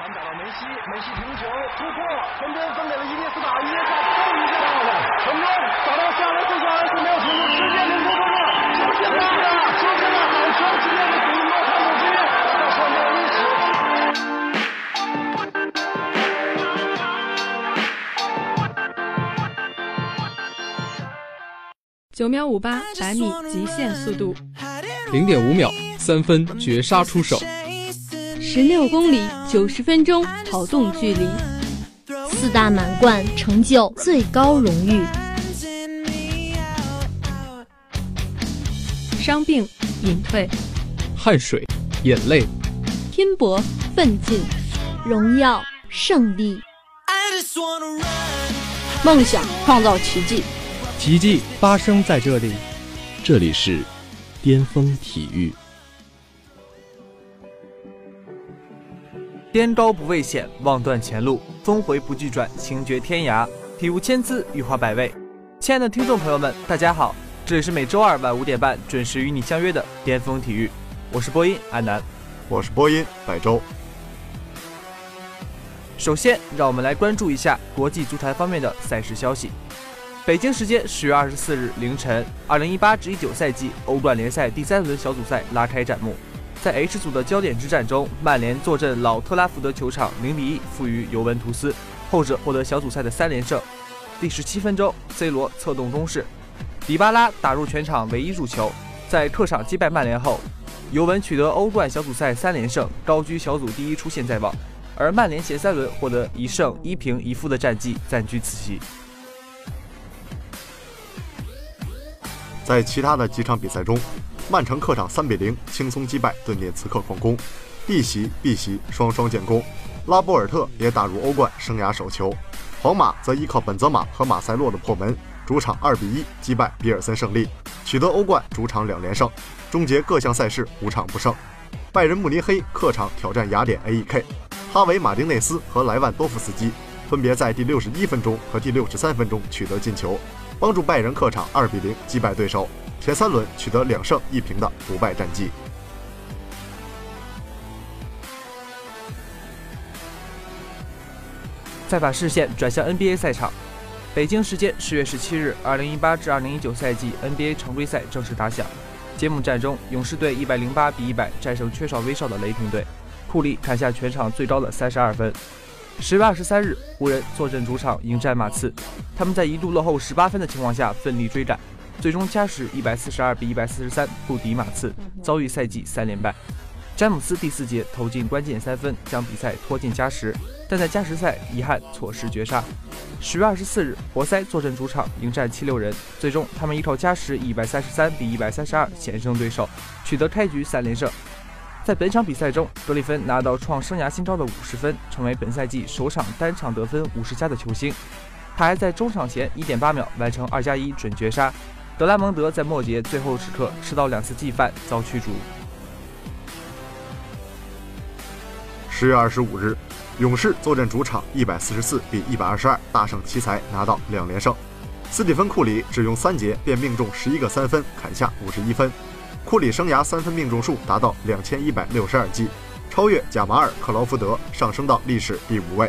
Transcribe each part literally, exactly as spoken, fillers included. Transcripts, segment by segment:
传打到梅西，梅西停球突破，分边分给了伊涅斯塔，伊涅斯塔终于做到了，成功找到下来，最下来是没有停住，直接领球作战，就是了，就是了，好长时间的比诺坎普基到创造历史。 九秒五八百米极限速度， 零点五秒三分绝杀出手， 十六公里九十分钟跑动距离， 四大满贯成就最高荣誉。 伤病隐退， 汗水眼泪， 拼搏奋进， 荣耀胜利， 梦想创造奇迹， 奇迹发生在这里。 这里是巅峰体育。 颠高不畏险，望断前路，峰回不惧转，行绝天涯。体无千姿，玉华百味。亲爱的听众朋友们，大家好，这里是每周二晚五点半准时与你相约的巅峰体育，我是播音安南， 我是播音百周。 首先，让我们来关注一下国际足坛方面的赛事消息。北京时间十月二十四日凌晨，二零一八至一九赛季欧冠联赛第三轮小组赛拉开战幕。在 H 组的焦点之战中，曼联坐镇老特拉福德球场零比一负于尤文图斯，后者获得小组赛的三连胜。第十七分钟 ，C 罗策动攻势，迪巴拉打入全场唯一入球。在客场击败曼联后，尤文取得欧冠小组赛三连胜，高居小组第一出线在望。而曼联前三轮获得一胜一平一负的战绩，暂居次席。 在其他的几场比赛中，曼城客场三比零轻松击败顿涅茨克矿工，D席 B席双双建功。拉波尔特也打入欧冠生涯首球。皇马则依靠本泽马和马塞洛的破门，主场二比一击败比尔森胜利，取得欧冠主场两连胜，终结各项赛事五场不胜。拜仁慕尼黑客场挑战雅典 A E K， 哈维马丁内斯和莱万多夫斯基分别在第六十一分钟和第六十三分钟取得进球，帮助拜仁客场二比零击败对手，前三轮取得两胜一平的不败战绩。 再把视线转向 N B A 赛场，北京时间十月十七日，二零一八至二零一九赛季 N B A 常规赛正式打响。揭幕战中，勇士队一百零八比一百战胜缺少威少的雷霆队，库里砍下全场最高的三十二分。十月二十三日，湖人坐镇主场迎战马刺，他们在一度落后十八分的情况下奋力追赶，最终加时一百四十二比一百四十三不敌马刺，遭遇赛季三连败。詹姆斯第四节投进关键三分，将比赛拖进加时，但在加时赛遗憾错失绝杀。十月二十四日，活塞坐镇主场迎战七六人，最终他们依靠加时一百三十三比一百三十二险胜对手，取得开局三连胜。在本场比赛中，格里芬拿到创生涯新高的五十分，成为本赛季首场单场得分五十加的球星。他还在中场前 一点八秒完成二加一准绝杀。德拉蒙德在末节最后时刻吃到两次忌犯，遭驱逐。 十月二十五日，勇士坐镇主场一百四十四比一百二十二大胜奇才，拿到两连胜。斯蒂芬库里只用三节便命中十一个三分，砍下五十一分。库里生涯三分命中数达到两千一百六十二记，超越贾马尔·克劳福德，上升到历史第五位。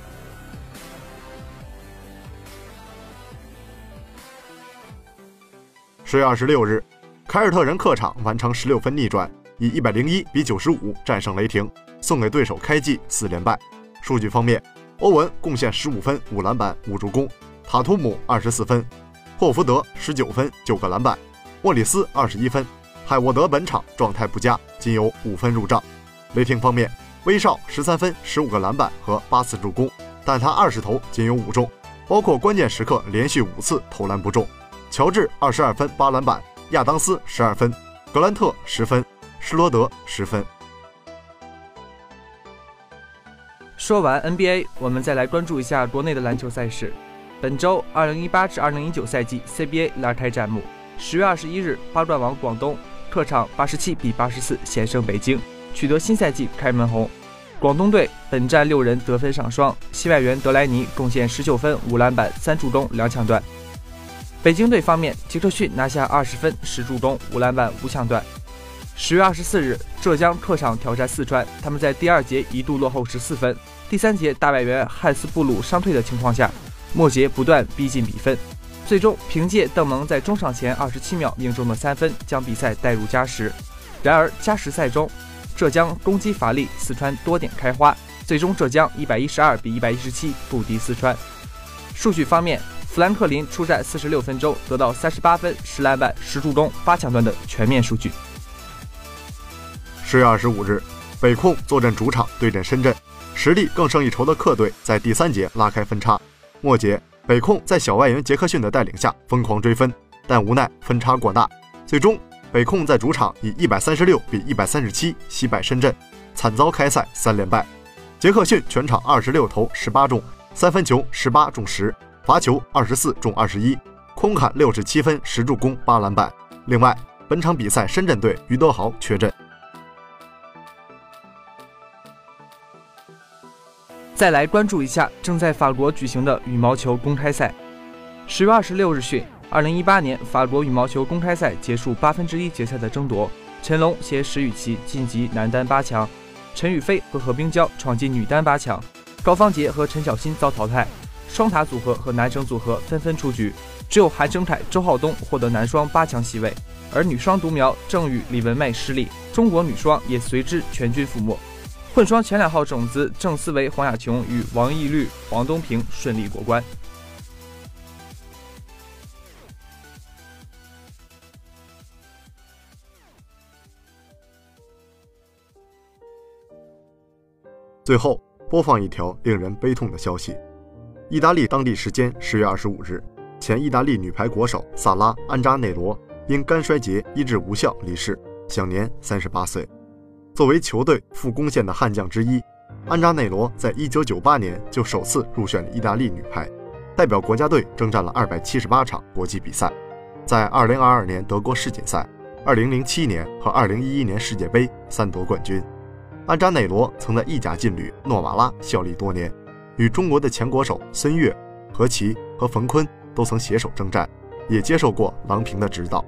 十月二十六日，凯尔特人客场完成十六分逆转，以一百零一比九十五战胜雷霆，送给对手开季四连败。数据方面，欧文贡献十五分、五篮板、五助攻，塔图姆二十四分，霍福德十九分、九个篮板，莫里斯二十一分。海沃德本场状态不佳，仅有五分入账。雷霆方面，威少十三分、十五个篮板和八次助攻，但他二十投仅有五中，包括关键时刻连续五次投篮不中。乔治二十二分、八篮板，亚当斯十二分，格兰特十分，施罗德十分。 说完 N B A， 我们再来关注一下国内的篮球赛事。本周二零一八至二零一九赛季 C B A 拉开战幕。十月二十一日，八冠王广东客场八十七比八十四险胜北京，取得新赛季开门红。广东队本战六人得分上双，西外援德莱尼贡献十九分、五篮板、三助攻、两抢断。北京队方面，杰克逊拿下二十分、十助攻、五篮板、五抢断。 十月二十四日，浙江客场挑战四川，他们在第二节一度落后十四分，第三节大外援汉斯布鲁伤退的情况下，末节不断逼近比分，最终凭借邓蒙在中场前二十七秒命中的三分，将比赛带入加时。然而加时赛中，浙江攻击乏力，四川多点开花，最终浙江一百一十二比一百一十七不敌四川。数据方面，富兰克林出战四十六分钟，得到三十八分、十篮板、十助攻、八抢断的全面数据。 十月二十五日，北控坐镇主场对阵深圳，实力更胜一筹的客队在第三节拉开分差。末节，北控在小外援杰克逊的带领下疯狂追分，但无奈分差过大，最终北控在主场以一百三十六比一百三十七惜败深圳，惨遭开赛三连败。杰克逊全场二十六投十八中，三分球十八中十，罚球二十四中二十一，空砍六十七分十助攻八篮板。另外，本场比赛深圳队于德豪缺阵。 再来关注一下正在法国举行的羽毛球公开赛。十月二十六日讯，二零一八年法国羽毛球公开赛结束八分之一决赛的争夺，陈龙携石宇奇晋级男单八强，陈雨菲和何冰娇闯进女单八强，高方杰和陈小新遭淘汰，双塔组合和男生组合纷纷出局，只有韩征凯、周浩东获得男双八强席位，而女双独苗郑宇、李文媚失利，中国女双也随之全军覆没。混双前两号种子郑思维、黄雅琼与王懿律、黄东萍顺利过关。 最后播放一条令人悲痛的消息：意大利当地时间十月二十五日，前意大利女排国手萨拉·安扎内罗因肝衰竭医治无效离世，享年三十八岁。作为球队副攻线的悍将之一，安扎内罗在一九九八年就首次入选了意大利女排，代表国家队征战了二百七十八场国际比赛，在二零二二年德国世锦赛、二零零七年和二零一一年世界杯三夺冠军。安扎内罗曾在意甲劲旅诺瓦拉效力多年，与中国的前国手孙悦、何琦和冯坤都曾携手征战，也接受过郎平的指导。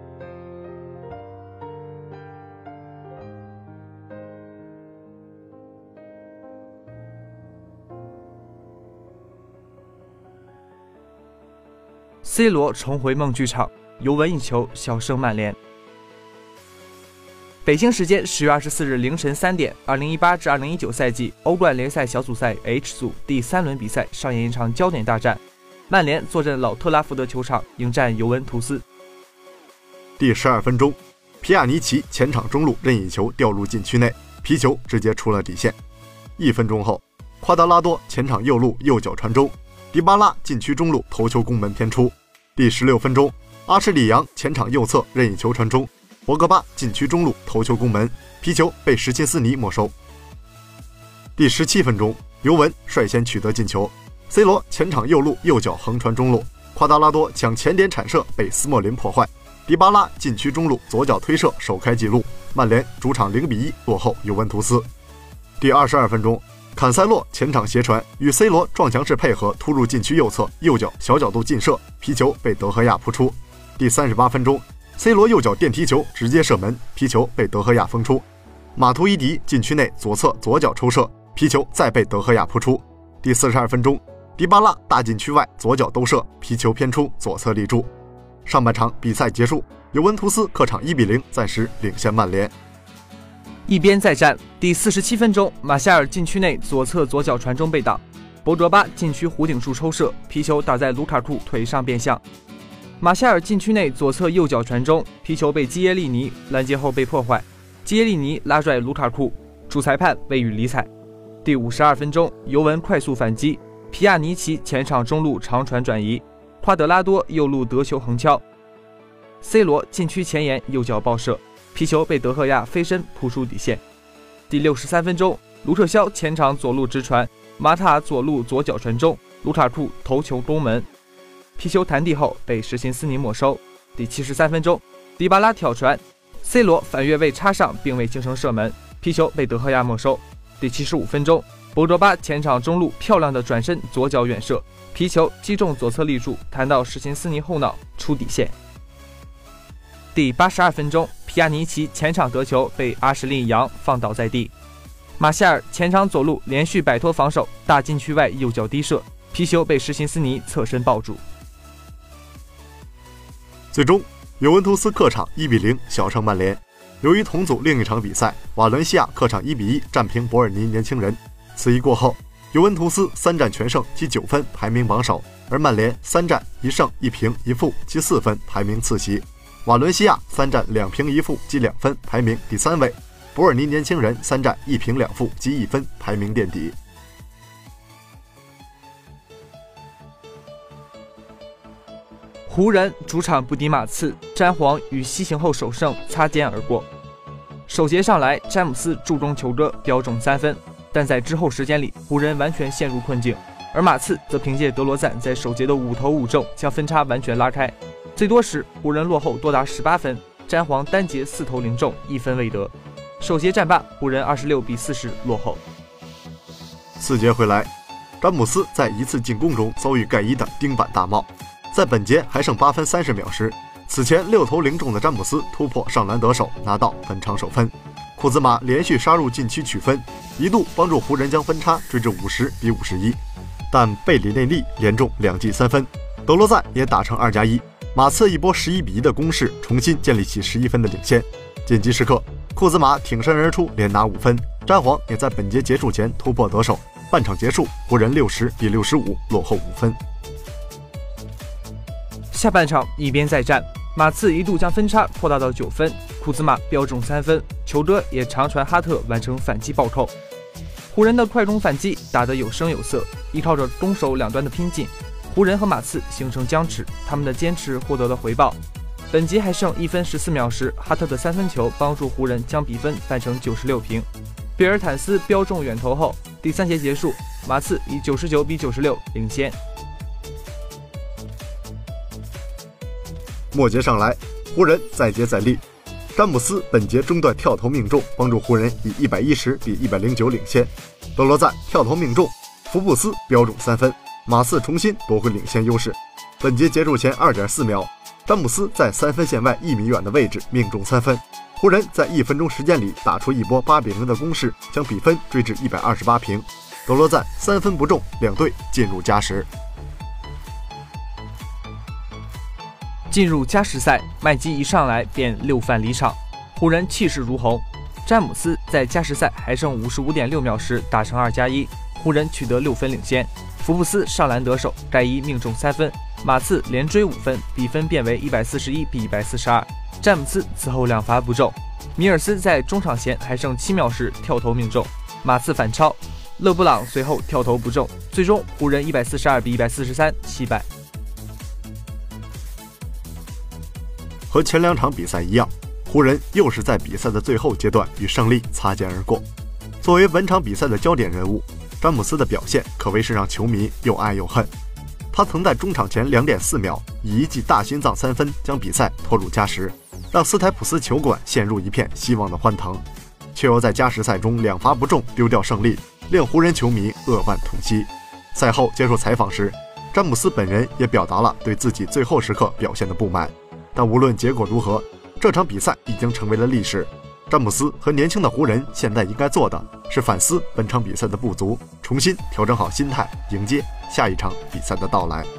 C 罗重回梦剧场，尤文一球小胜曼联。北京时间十月二十四日凌晨三点，二零一八至二零一九赛季欧冠联赛小组赛 H 组第三轮比赛上演一场焦点大战，曼联坐镇老特拉福德球场迎战尤文图斯。 第十二分钟，皮亚尼奇前场中路任意球掉入禁区内，皮球直接出了底线。一分钟后，夸德拉多前场右路右脚传中，迪巴拉禁区中路头球攻门偏出。第十六分钟，阿什利杨前场右侧任意球传中，博格巴禁区中路头球攻门，皮球被什琴斯尼没收。第十七分钟，尤文率先取得进球 ，C 罗前场右路右脚横传中路，夸德拉多抢前点铲射被斯莫林破坏，迪巴拉禁区中路左脚推射首开纪录，曼联主场零比一落后尤文图斯。第二十二分钟，坎塞洛前场斜传与 C 罗撞墙式配合突入禁区右侧，右脚小角度劲射，皮球被德赫亚扑出。第三十八分钟，C 罗右脚电踢球直接射门，皮球被德赫亚封出。马图伊迪禁区内左侧左脚抽射，皮球再被德赫亚扑出。第四十二分钟，迪巴拉大禁区外左脚兜射，皮球偏出左侧立柱。上半场比赛结束，尤文图斯客场一比零暂时领先曼联。 一边再战，第四十七分钟，马夏尔禁区内左侧左脚传中被挡，博卓巴禁区弧顶处抽射，皮球打在卢卡库腿上变向。马夏尔禁区内左侧右脚传中，皮球被基耶利尼拦截后被破坏，基耶利尼拉拽卢卡库，主裁判未予理睬。第五十二分钟，尤文快速反击，皮亚尼奇前场中路长传转移，夸德拉多右路得球横敲 ，C 罗禁区前沿右脚爆射。皮球被德赫亚飞身扑出底线。第六十三分钟，卢特肖前场左路直传，马塔左路左脚传中，卢卡库头球攻门，皮球弹地后被什琴斯尼没收。第七十三分钟，迪巴拉挑传 ，C 罗反越位插上并未形成射门，皮球被德赫亚没收。第七十五分钟，博卓巴前场中路漂亮的转身左脚远射，皮球击中左侧立柱，弹到什琴斯尼后脑出底线。 第八十二分钟，皮亚尼奇前场得球被阿什利·杨放倒在地，马夏尔前场左路连续摆脱防守，大禁区外右脚低射，皮球被施辛斯尼侧身抱住。 最终，尤文图斯客场一比零小胜曼联。由于同组另一场比赛，瓦伦西亚客场一比一战平伯尔尼年轻人。此役过后，尤文图斯三战全胜，积九分，排名榜首；而曼联三战一胜一平一负，积四分，排名次席。瓦伦西亚三战两平一负，积两分，排名第三位。伯尔尼年轻人三战一平两负，积一分，排名垫底。 湖人主场不敌马刺，詹皇与西行后首胜擦肩而过。首节上来，詹姆斯注重球遮，标中三分，但在之后时间里，湖人完全陷入困境，而马刺则凭借德罗赞在首节的五投五中，将分差完全拉开。最多时，湖人落后多达十八分，詹皇单节四投零中，一分未得。首节战罢，湖人二十六比四十落后。 四节回来，詹姆斯在一次进攻中遭遇盖伊的钉板大帽。在本节还剩八分三十秒时，此前六投零中的詹姆斯突破上篮得手，拿到本场首分。库兹马连续杀入禁区取分，一度帮助湖人将分差追至五十比五十一，但贝里内利连中两记三分，德罗赞也打成二加一，马刺一波十一比一的攻势重新建立起十一分的领先。紧急时刻，库兹马挺身而出，连拿五分。詹皇也在本节结束前突破得手。半场结束，湖人六十比六十五落后五分。 下半场一边再战，马刺一度将分差扩大到九分，库兹马标中三分，球遮也长传哈特完成反击暴扣。湖人的快攻反击打得有声有色，依靠着攻守两端的拼劲，湖人和马刺形成僵持，他们的坚持获得了回报。本节还剩一分十四秒时，哈特的三分球帮助湖人将比分扳成九十六平。比尔坦斯标中远投后，第三节结束，马刺以九十九比九十六领先。 末节上来，湖人再接再厉，詹姆斯本节中段跳投命中，帮助湖人以一百一十比一百零九领先。德罗赞跳投命中，福布斯标中三分，马刺重新夺回领先优势。本节结束前 二点四秒，詹姆斯在三分线外一米远的位置命中三分，湖人在一分钟时间里打出一波八比零的攻势，将比分追至一百二十八平。德罗赞三分不中，两队进入加时。 进入加时赛，麦基一上来便六犯离场，湖人气势如虹。詹姆斯在加时赛还剩 五十五点六秒时打成二加一，湖人取得六分领先。福布斯上篮得手，盖伊命中三分，马刺连追五分，比分变为一百四十一比一百四十二。詹姆斯此后两罚不中，米尔斯在中场前还剩七秒时跳投命中，马刺反超，勒布朗随后跳投不中，最终湖人一百四十二比一百四十三惜败。 和前两场比赛一样，湖人又是在比赛的最后阶段与胜利擦肩而过。作为本场比赛的焦点人物，詹姆斯的表现可谓是让球迷又爱又恨。他曾在中场前 两点四秒以一记大心脏三分将比赛拖入加时，让斯台普斯球馆陷入一片希望的欢腾，却又在加时赛中两罚不中丢掉胜利，令湖人球迷扼腕痛惜。赛后接受采访时，詹姆斯本人也表达了对自己最后时刻表现的不满。但无论结果如何，这场比赛已经成为了历史。詹姆斯和年轻的湖人现在应该做的是反思本场比赛的不足，重新调整好心态，迎接下一场比赛的到来。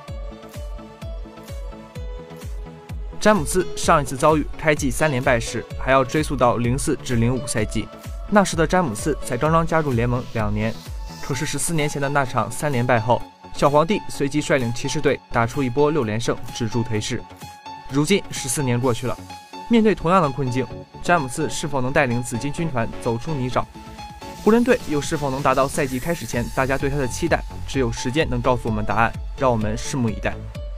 詹姆斯上一次遭遇开季三连败时，还要追溯到零四至零五赛季，那时的詹姆斯才刚刚加入联盟两年。可是十四年前的那场三连败后，小皇帝随即率领骑士队打出一波六连胜，止住颓势。如今十四年过去了，面对同样的困境，詹姆斯是否能带领紫金军团走出泥沼？湖人队又是否能达到赛季开始前大家对他的期待？只有时间能告诉我们答案，让我们拭目以待。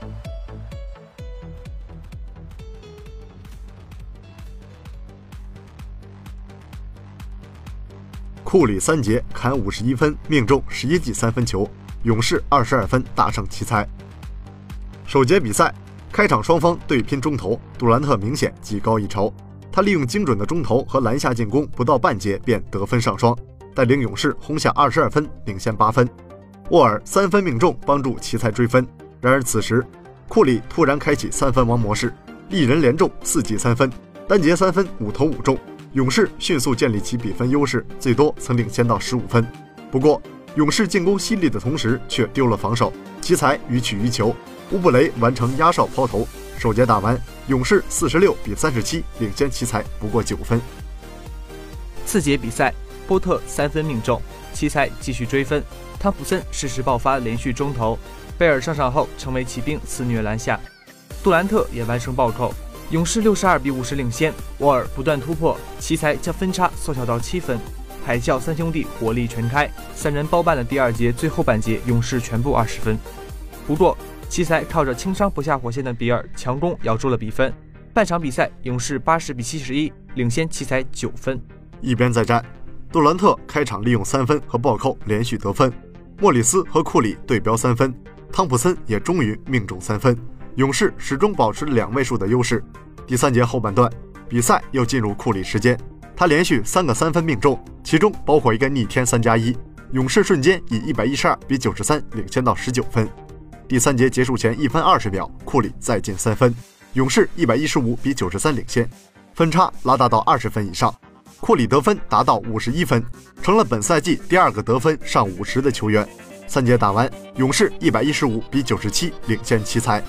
库里三节砍五十一分，命中十一记三分球，勇士二十二分大胜奇才。首节比赛开场双方对拼中投，杜兰特明显技高一筹，他利用精准的中投和篮下进攻，不到半节便得分上双，带领勇士轰下二十二分，领先八分。沃尔三分命中，帮助奇才追分。然而此时库里突然开启三分王模式， 一人连中四记三分，单节三分五投五中。勇士迅速建立起比分优势，最多曾领先到十五分。不过，勇士进攻犀利的同时却丢了防守，奇才予取予求，乌布雷完成压哨抛投。首节打完，勇士四十六比三十七领先奇才不过九分。 次节比赛，波特三分命中，奇才继续追分，汤普森适时爆发连续中投，贝尔上场后成为骑兵肆虐篮下，杜兰特也完成暴扣，勇士六十二比五十领先。沃尔不断突破，奇才将分差缩小到七分。海啸三兄弟火力全开，三人包办了第二节最后半节勇士全部二十分。不过奇才靠着轻伤不下火线的比尔强攻咬住了比分，半场比赛勇士八十比七十一领先奇才九分。 一边再战，杜兰特开场利用三分和暴扣连续得分，莫里斯和库里对标三分，汤普森也终于命中三分，勇士始终保持两位数的优势。第三节后半段，比赛又进入库里时间，他连续三个三分命中，其中包括一个逆天三加一，勇士瞬间以一百一十二比九十三领先到十九分。第三节结束前一分二十秒，库里再进三分，勇士一百一十五比九十三领先，分差拉大到二十分以上。库里得分达到五十一分，成了本赛季第二个得分上五十的球员。三节打完，勇士一百一十五比九十七领先奇才。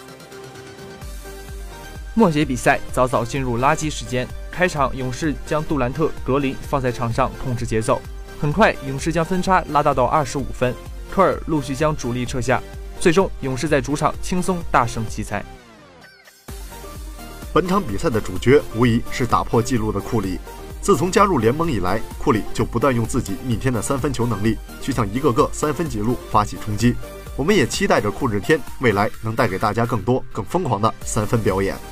末节比赛早早进入垃圾时间，开场勇士将杜兰特、格林放在场上控制节奏，很快勇士将分差拉大到二十五分，科尔陆续将主力撤下，最终勇士在主场轻松大胜奇才。 本场比赛的主角无疑是打破纪录的库里。自从加入联盟以来，库里就不断用自己逆天的三分球能力去向一个个三分纪录发起冲击。我们也期待着库日天未来能带给大家更多更疯狂的三分表演。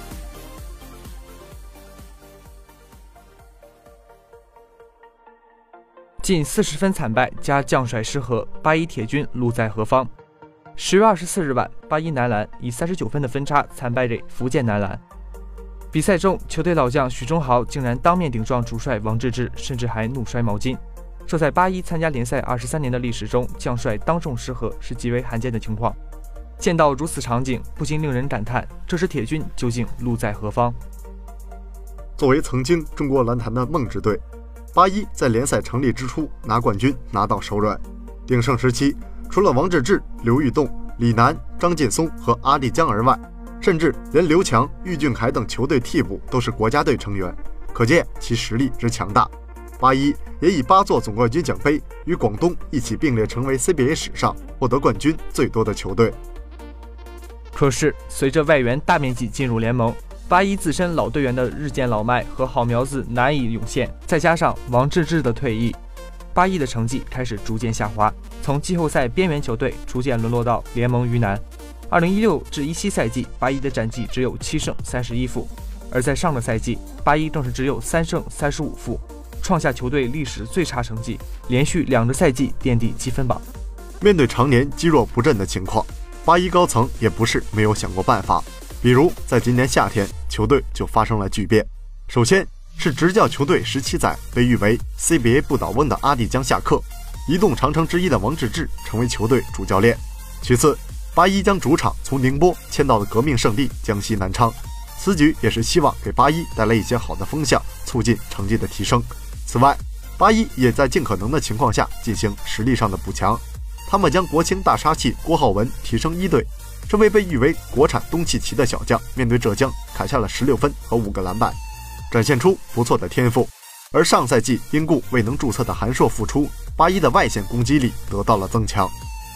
近四十分惨败加将帅失和，八一铁军路在何方？十月二十四日晚，八一男篮以三十九分的分差惨败给福建男篮。比赛中，球队老将许忠豪竟然当面顶撞主帅王治郅，甚至还怒摔毛巾。这在八一参加联赛二十三年的历史中，将帅当众失和是极为罕见的情况。见到如此场景，不禁令人感叹，这支铁军究竟路在何方？ 作为曾经中国篮坛的梦之队，八一在联赛成立之初拿冠军拿到手软。鼎盛时期，除了王治郅、刘玉栋、李楠、张劲松和阿力江而外，甚至连刘强、郁俊凯等球队替补都是国家队成员，可见其实力之强大。八一也以八座总冠军奖杯与广东一起并列成为 C B A 史上获得冠军最多的球队。 可是随着外援大面积进入联盟，八一自身老队员的日渐老迈和好苗子难以涌现，再加上王治郅的退役，八一的成绩开始逐渐下滑，从季后赛边缘球队逐渐沦落到联盟鱼腩。二零一六至一七赛季，八一的战绩只有七胜三十一负，而在上个赛季，八一正是只有三胜三十五负，创下球队历史最差成绩，连续两个赛季垫底积分榜。 面对常年积弱不振的情况，八一高层也不是没有想过办法。比如在今年夏天，球队就发生了巨变。首先是执教球队十七载，被誉为 C B A 不倒翁的阿力江下课，移动长城之一的王治郅成为球队主教练。其次，八一将主场从宁波迁到了革命圣地江西南昌，此举也是希望给八一带来一些好的风向，促进成绩的提升。此外，八一也在尽可能的情况下进行实力上的补强，他们将国青大杀器郭浩文提升一队，这位被誉为国产东契奇的小将面对浙江砍下了十六分和五个篮板，展现出不错的天赋。而上赛季因故未能注册的韩硕复出，八一的外线攻击力得到了增强。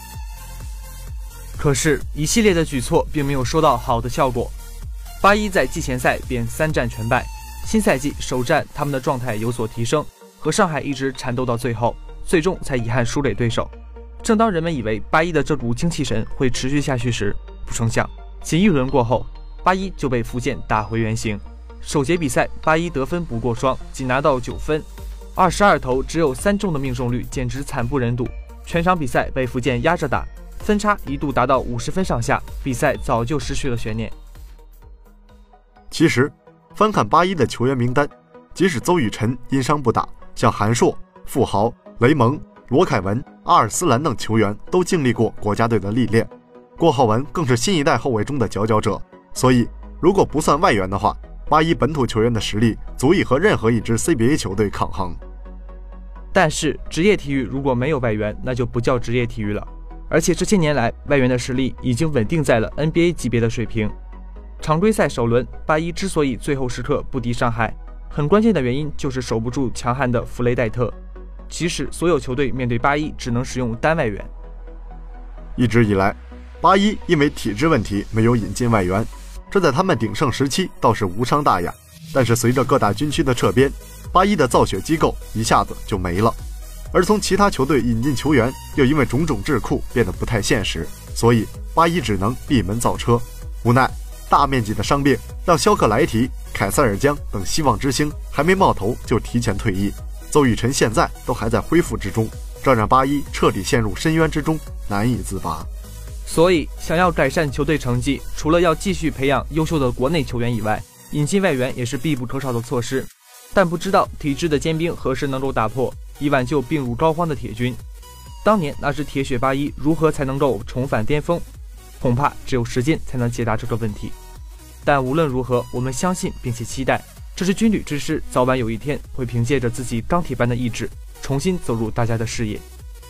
可是一系列的举措并没有收到好的效果，八一在季前赛便三战全败，新赛季首战他们的状态有所提升，和上海一直缠斗到最后，最终才遗憾输给对手。正当人们以为八一的这股精气神会持续下去时，不成想仅一轮过后，八一就被福建打回原形。首节比赛八一得分不过双，仅拿到九分，二十二投只有三中的命中率简直惨不忍睹，全场比赛被福建压着打，分差一度达到五十分上下，比赛早就失去了悬念。 其实翻看八一的球员名单，即使邹宇辰因伤不打，像韩硕、傅豪、雷蒙、罗凯文、阿尔斯兰等球员都经历过国家队的历练，郭浩文更是新一代后卫中的佼佼者，所以如果不算外援的话，八一本土球员的实力足以和任何一支 C B A 球队抗衡。 但是职业体育如果没有外援，那就不叫职业体育了。而且这些年来，外援的实力已经稳定在了 N B A 级别的水平。常规赛首轮，八一之所以最后时刻不敌上海，很关键的原因就是守不住强悍的弗雷戴特。即使所有球队面对八一只能使用单外援。 一直以来，八一因为体制问题没有引进外援，这在他们鼎盛时期倒是无伤大雅。但是随着各大军区的撤编，八一的造血机构一下子就没了。而从其他球队引进球员，又因为种种智库变得不太现实，所以八一只能闭门造车。无奈大面积的伤病让肖克莱提、凯塞尔江等希望之星还没冒头就提前退役，邹宇辰现在都还在恢复之中，这让八一彻底陷入深渊之中，难以自拔。 所以想要改善球队成绩，除了要继续培养优秀的国内球员以外，引进外援也是必不可少的措施。但不知道体制的坚冰何时能够打破，以挽救病入膏肓的铁军。当年那支铁血八一如何才能够重返巅峰，恐怕只有时间才能解答这个问题。但无论如何，我们相信并且期待，这支军旅之师早晚有一天会凭借着自己钢铁般的意志，重新走入大家的视野。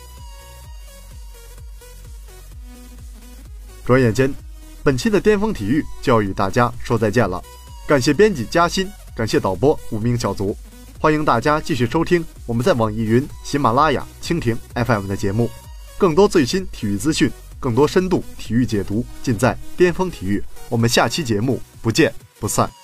转眼间，本期的巅峰体育就要与大家说再见了。感谢编辑嘉欣，感谢导播无名小卒，欢迎大家继续收听我们在网易云、喜马拉雅、蜻蜓 F M 的节目。更多最新体育资讯，更多深度体育解读，尽在巅峰体育。我们下期节目不见不散。